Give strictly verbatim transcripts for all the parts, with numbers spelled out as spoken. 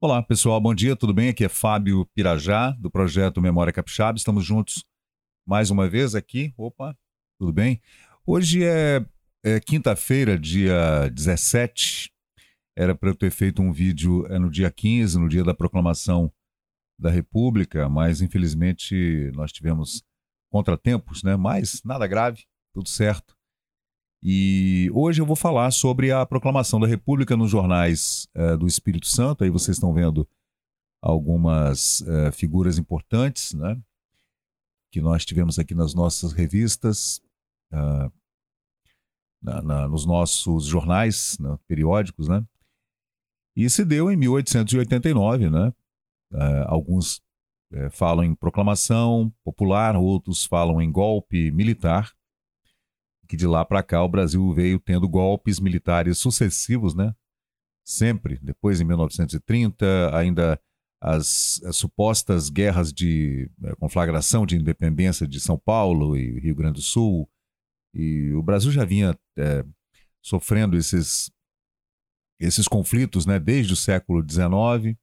Olá, pessoal, bom dia, tudo bem? Aqui é Fábio Pirajá, do projeto Memória Capixaba. Estamos juntos mais uma vez aqui. Opa, tudo bem? Hoje é, é quinta-feira, dia dezessete. Era para eu ter feito um vídeo é, no dia quinze, no dia da proclamação da República, mas infelizmente nós tivemos contratempos, né? Mas nada grave, tudo certo. E hoje eu vou falar sobre a proclamação da República nos jornais eh, do Espírito Santo. Aí vocês estão vendo algumas eh, figuras importantes, né, que nós tivemos aqui nas nossas revistas, ah, na, na, nos nossos jornais, né, periódicos, né? E se deu em mil oitocentos e oitenta e nove, né? Ah, alguns eh, falam em proclamação popular, outros falam em golpe militar, que de lá para cá o Brasil veio tendo golpes militares sucessivos, né? Sempre. Depois, em mil novecentos e trinta, ainda as, as supostas guerras de eh, conflagração de independência de São Paulo e Rio Grande do Sul. E o Brasil já vinha eh, sofrendo esses, esses conflitos, né, desde o século dezenove.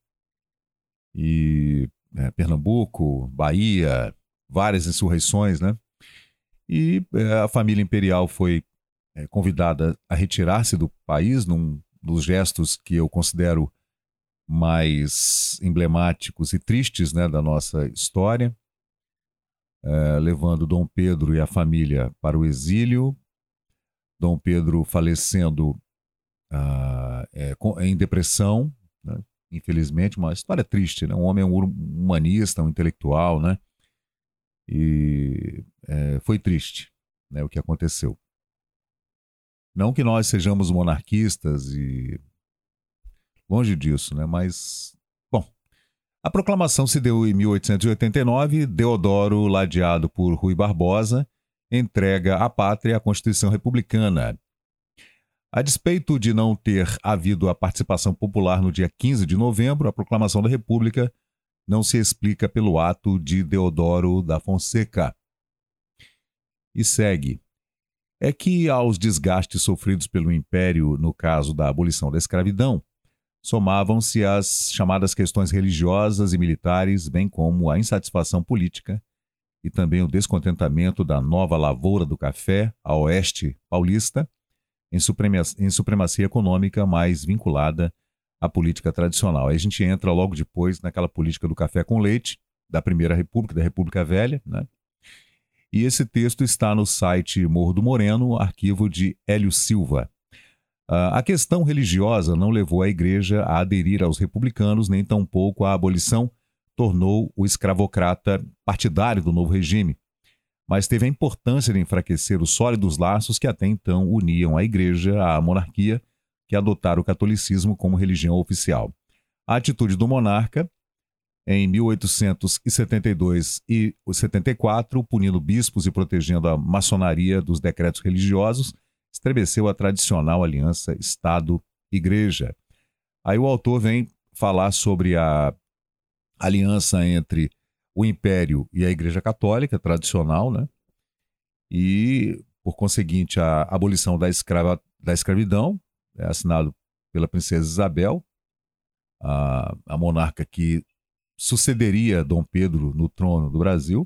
E eh, Pernambuco, Bahia, várias insurreições, né? E eh, a família imperial foi eh, convidada a retirar-se do país num dos gestos que eu considero mais emblemáticos e tristes, né, da nossa história, eh, levando Dom Pedro e a família para o exílio. Dom Pedro falecendo ah, eh, com- em depressão, né, infelizmente, uma história triste, né? Um homem um humanista, um intelectual, né? E eh, foi triste, né, o que aconteceu. Não que nós sejamos monarquistas e longe disso, né? Mas, bom, a proclamação se deu em mil oitocentos e oitenta e nove. Deodoro, ladeado por Rui Barbosa, entrega à pátria a Constituição Republicana. A despeito de não ter havido a participação popular no dia quinze de novembro, a proclamação da República não se explica pelo ato de Deodoro da Fonseca. E segue. É que aos desgastes sofridos pelo Império no caso da abolição da escravidão, somavam-se as chamadas questões religiosas e militares, bem como a insatisfação política e também o descontentamento da nova lavoura do café a oeste paulista, em supremacia, em supremacia econômica mais vinculada à política tradicional. Aí a gente entra logo depois naquela política do café com leite, da Primeira República, da República Velha, né? E esse texto está no site Morro do Moreno, arquivo de Hélio Silva. Uh, a questão religiosa não levou a igreja a aderir aos republicanos, nem tampouco a abolição tornou o escravocrata partidário do novo regime, mas teve a importância de enfraquecer os sólidos laços que até então uniam a igreja à monarquia, que adotaram o catolicismo como religião oficial. A atitude do monarca, em mil oitocentos e setenta e dois e setenta e quatro, punindo bispos e protegendo a maçonaria dos decretos religiosos, estremeceu a tradicional aliança Estado-Igreja. Aí o autor vem falar sobre a aliança entre o Império e a Igreja Católica tradicional, né? E, por conseguinte, a abolição da, escrava, da escravidão, é assinado pela princesa Isabel, a, a monarca que sucederia Dom Pedro no trono do Brasil,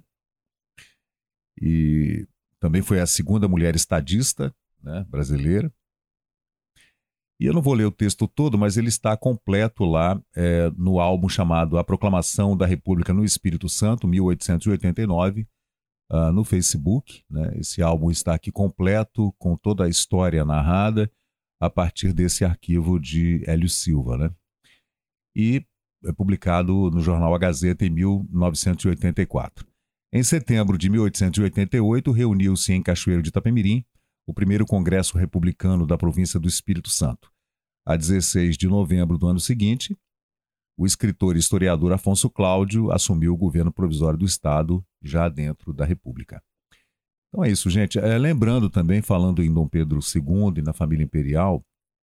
e também foi a segunda mulher estadista, né, brasileira. E eu não vou ler o texto todo, mas ele está completo lá é, no álbum chamado A Proclamação da República no Espírito Santo, mil oitocentos e oitenta e nove, uh, no Facebook, né? Esse álbum está aqui completo, com toda a história narrada, a partir desse arquivo de Hélio Silva, né? E é publicado no jornal A Gazeta em mil novecentos e oitenta e quatro. Em setembro de mil oitocentos e oitenta e oito, reuniu-se em Cachoeiro de Itapemirim o primeiro Congresso Republicano da província do Espírito Santo. A dezesseis de novembro do ano seguinte, o escritor e historiador Afonso Cláudio assumiu o governo provisório do Estado, já dentro da República. Então é isso, gente. É, lembrando também, falando em Dom Pedro segundo e na família imperial,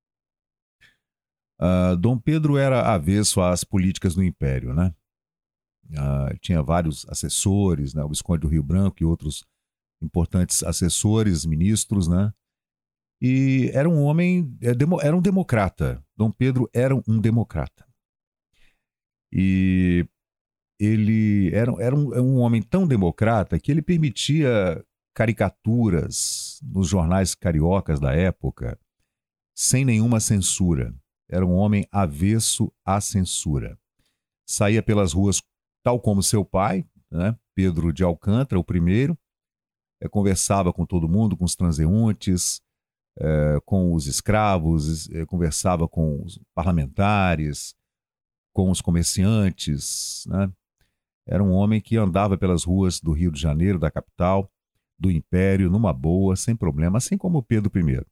uh, Dom Pedro era avesso às políticas do Império, né? Uh, tinha vários assessores, né? O Visconde do Rio Branco e outros importantes assessores, ministros, né? E era um homem, era um democrata. Dom Pedro era um democrata. E ele era, era um, um homem tão democrata que ele permitia caricaturas nos jornais cariocas da época sem nenhuma censura. Era um homem avesso à censura. Saía pelas ruas tal como seu pai, né? Pedro de Alcântara, o primeiro, é, conversava com todo mundo, com os transeuntes, é, com os escravos, é, conversava com os parlamentares, com os comerciantes, né? Era um homem que andava pelas ruas do Rio de Janeiro, da capital, do Império, numa boa, sem problema, assim como Pedro I.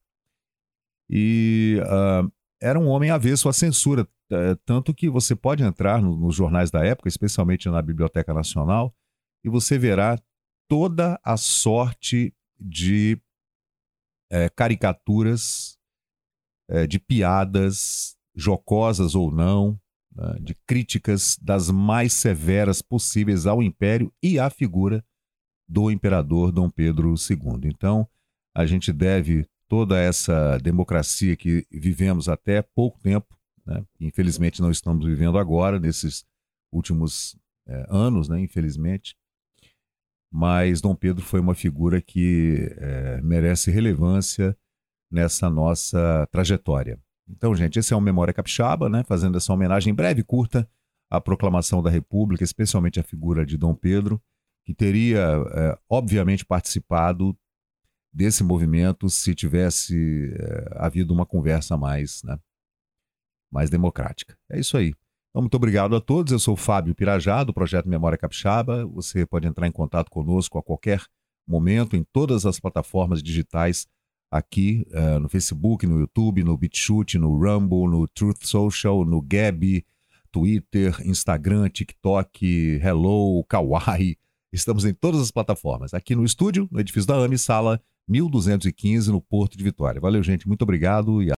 E uh, era um homem avesso à censura, uh, tanto que você pode entrar no, nos jornais da época, especialmente na Biblioteca Nacional, e você verá toda a sorte de uh, caricaturas, uh, de piadas, jocosas ou não, uh, de críticas das mais severas possíveis ao Império e à figura do imperador Dom Pedro segundo. Então, a gente deve toda essa democracia que vivemos até pouco tempo, né? Infelizmente não estamos vivendo agora, nesses últimos é, anos, né? Infelizmente, mas Dom Pedro foi uma figura que é, merece relevância nessa nossa trajetória. Então, gente, esse é o Memória Capixaba, né? Fazendo essa homenagem breve e curta à proclamação da República, especialmente à figura de Dom Pedro, que teria, é, obviamente, participado desse movimento se tivesse é, havido uma conversa mais, né, mais democrática. É isso aí. Então, muito obrigado a todos. Eu sou o Fábio Pirajá, do Projeto Memória Capixaba. Você pode entrar em contato conosco a qualquer momento, em todas as plataformas digitais, aqui uh, no Facebook, no YouTube, no BitChute, no Rumble, no Truth Social, no Gab, Twitter, Instagram, TikTok, Hello, Kawaii. Estamos em todas as plataformas. Aqui no estúdio, no edifício da A M E, sala mil duzentos e quinze, no Porto de Vitória. Valeu, gente. Muito obrigado e